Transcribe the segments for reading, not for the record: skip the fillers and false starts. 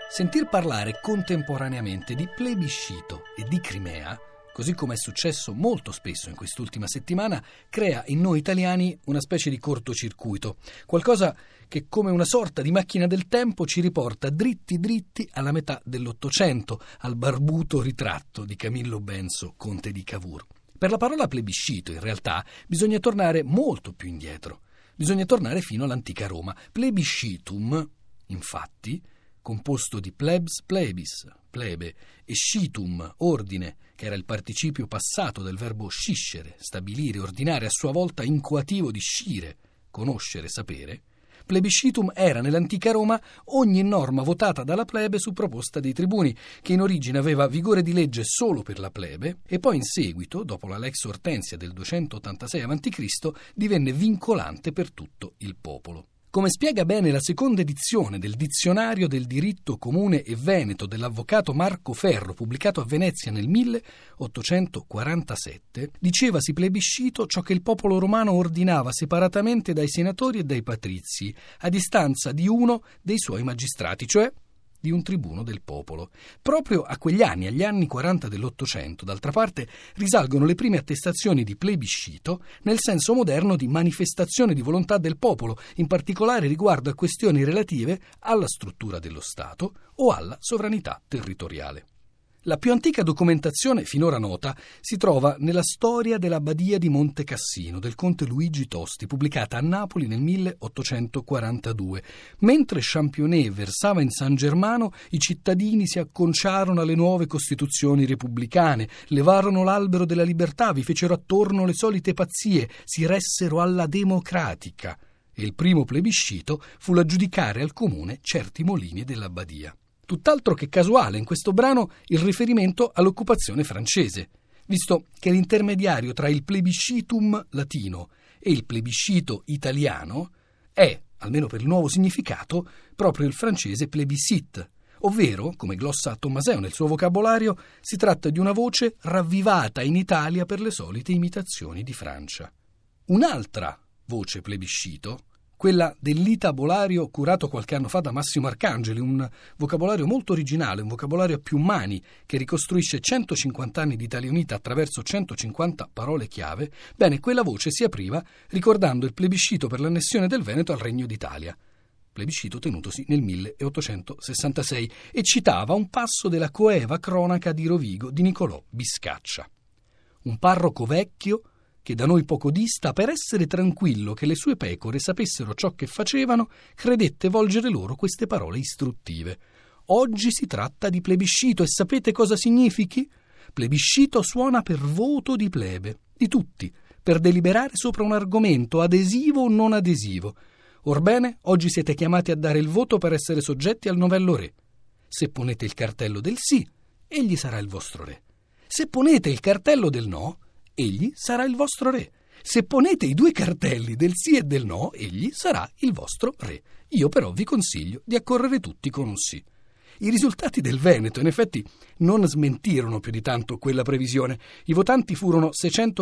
Sentir parlare contemporaneamente di plebiscito e di Crimea, così come è successo molto spesso in quest'ultima settimana, crea in noi italiani una specie di cortocircuito, qualcosa che come una sorta di macchina del tempo ci riporta dritti alla metà dell'Ottocento, al barbuto ritratto di Camillo Benso, conte di Cavour. Per la parola plebiscito, in realtà, bisogna tornare molto più indietro. Bisogna tornare fino all'antica Roma. Plebiscitum, infatti, composto di plebs, plebis, plebe, e scitum, ordine, che era il participio passato del verbo sciscere, stabilire, ordinare, a sua volta incoativo di scire, conoscere, sapere. Plebiscitum era nell'antica Roma ogni norma votata dalla plebe su proposta dei tribuni, che in origine aveva vigore di legge solo per la plebe e poi in seguito, dopo la Lex Hortensia del 286 a.C., divenne vincolante per tutto il popolo. Come spiega bene la seconda edizione del Dizionario del diritto comune e veneto dell'avvocato Marco Ferro, pubblicato a Venezia nel 1847, dicevasi plebiscito ciò che il popolo romano ordinava separatamente dai senatori e dai patrizi, a distanza di uno dei suoi magistrati, cioè di un tribuno del popolo. Proprio a quegli anni, agli anni 40 dell'Ottocento, d'altra parte, risalgono le prime attestazioni di plebiscito nel senso moderno di manifestazione di volontà del popolo, in particolare riguardo a questioni relative alla struttura dello Stato o alla sovranità territoriale. La più antica documentazione finora nota si trova nella Storia dell'Abbadia di Monte Cassino del conte Luigi Tosti, pubblicata a Napoli nel 1842. Mentre Championnet versava in San Germano, i cittadini si acconciarono alle nuove costituzioni repubblicane, levarono l'albero della libertà, vi fecero attorno le solite pazzie, si ressero alla democratica. E il primo plebiscito fu l'aggiudicare al comune certi molini dell'abbadia. Tutt'altro che casuale in questo brano il riferimento all'occupazione francese, visto che l'intermediario tra il plebiscitum latino e il plebiscito italiano è, almeno per il nuovo significato, proprio il francese plébiscite, ovvero, come glossa Tommaseo nel suo vocabolario, si tratta di una voce ravvivata in Italia per le solite imitazioni di Francia. Un'altra voce plebiscito, quella dell'itabolario curato qualche anno fa da Massimo Arcangeli, un vocabolario molto originale, un vocabolario a più mani che ricostruisce 150 anni di Italia Unita attraverso 150 parole chiave. Bene, quella voce si apriva ricordando il plebiscito per l'annessione del Veneto al Regno d'Italia, plebiscito tenutosi nel 1866, e citava un passo della coeva cronaca di Rovigo di Niccolò Biscaccia. Un parroco vecchio che da noi poco dista, per essere tranquillo che le sue pecore sapessero ciò che facevano, credette volgere loro queste parole istruttive. Oggi si tratta di plebiscito e sapete cosa significhi? Plebiscito suona per voto di plebe, di tutti, per deliberare sopra un argomento adesivo o non adesivo. Orbene, oggi siete chiamati a dare il voto per essere soggetti al novello re. Se ponete il cartello del sì, egli sarà il vostro re. Se ponete il cartello del no, egli sarà il vostro re. Se ponete i due cartelli del sì e del no, egli sarà il vostro re. Io però vi consiglio di accorrere tutti con un sì. I risultati del Veneto, in effetti, non smentirono più di tanto quella previsione. I votanti furono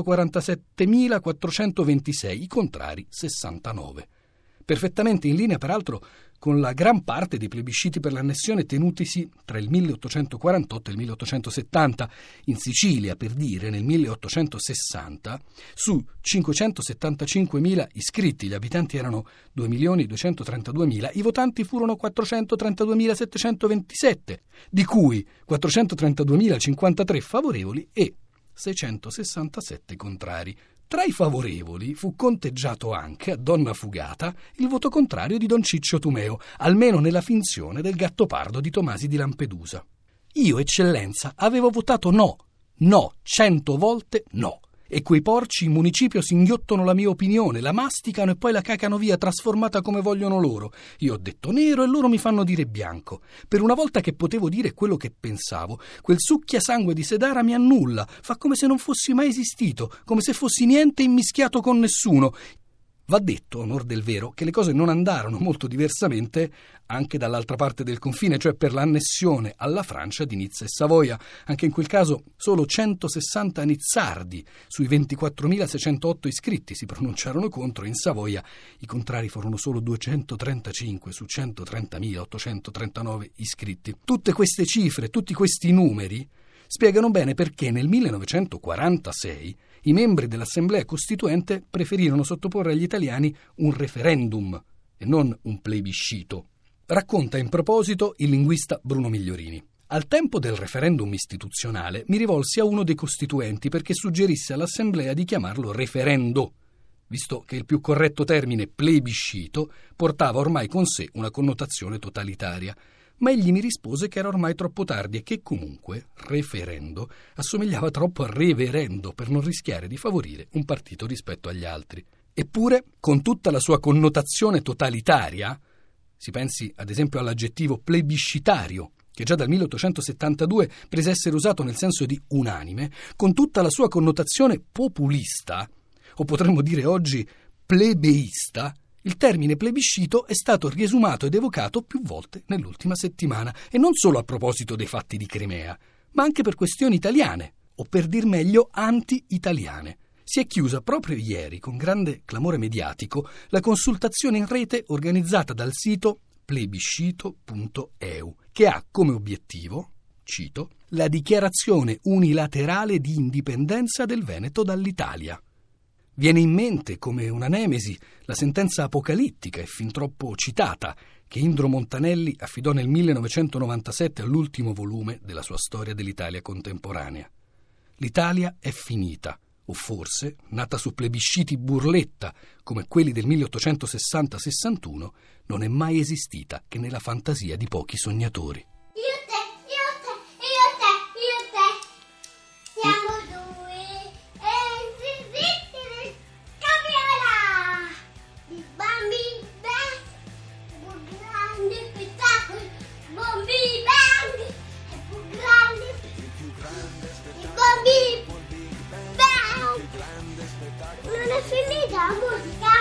647.426, i contrari 69. Perfettamente in linea, peraltro, con la gran parte dei plebisciti per l'annessione tenutisi tra il 1848 e il 1870. In Sicilia, per dire, nel 1860, su 575.000 iscritti, gli abitanti erano 2.232.000, i votanti furono 432.727, di cui 432.053 favorevoli e 667 contrari. Tra i favorevoli fu conteggiato anche, a donna fugata, il voto contrario di Don Ciccio Tumeo, almeno nella finzione del Gattopardo di Tomasi di Lampedusa. Io, eccellenza, avevo votato no, 100 volte no. E quei porci in municipio singhiottono la mia opinione, la masticano e poi la cacano via trasformata come vogliono loro. Io ho detto nero e loro mi fanno dire bianco. Per una volta che potevo dire quello che pensavo, quel succhiasangue di Sedara mi annulla, fa come se non fossi mai esistito, come se fossi niente immischiato con nessuno. Va detto, a onor del vero, che le cose non andarono molto diversamente anche dall'altra parte del confine, cioè per l'annessione alla Francia di Nizza e Savoia. Anche in quel caso solo 160 nizzardi sui 24.608 iscritti si pronunciarono contro, in Savoia i contrari furono solo 235 su 130.839 iscritti. Tutte queste cifre, tutti questi numeri spiegano bene perché nel 1946 i membri dell'Assemblea Costituente preferirono sottoporre agli italiani un referendum e non un plebiscito. Racconta in proposito il linguista Bruno Migliorini. Al tempo del referendum istituzionale mi rivolsi a uno dei costituenti perché suggerisse all'Assemblea di chiamarlo referendo, visto che il più corretto termine plebiscito portava ormai con sé una connotazione totalitaria. Ma egli mi rispose che era ormai troppo tardi e che comunque referendo assomigliava troppo a reverendo per non rischiare di favorire un partito rispetto agli altri. Eppure, con tutta la sua connotazione totalitaria, si pensi ad esempio all'aggettivo plebiscitario, che già dal 1872 prese a essere usato nel senso di unanime, con tutta la sua connotazione populista, o potremmo dire oggi plebeista, il termine plebiscito è stato riesumato ed evocato più volte nell'ultima settimana, e non solo a proposito dei fatti di Crimea, ma anche per questioni italiane, o per dir meglio anti-italiane. Si è chiusa proprio ieri, con grande clamore mediatico, la consultazione in rete organizzata dal sito plebiscito.eu, che ha come obiettivo, cito, la dichiarazione unilaterale di indipendenza del Veneto dall'Italia. Viene in mente, come una nemesi, la sentenza apocalittica e fin troppo citata che Indro Montanelli affidò nel 1997 all'ultimo volume della sua storia dell'Italia contemporanea. L'Italia è finita, o forse, nata su plebisciti burletta come quelli del 1860-61, non è mai esistita che nella fantasia di pochi sognatori. Non è finita la musica?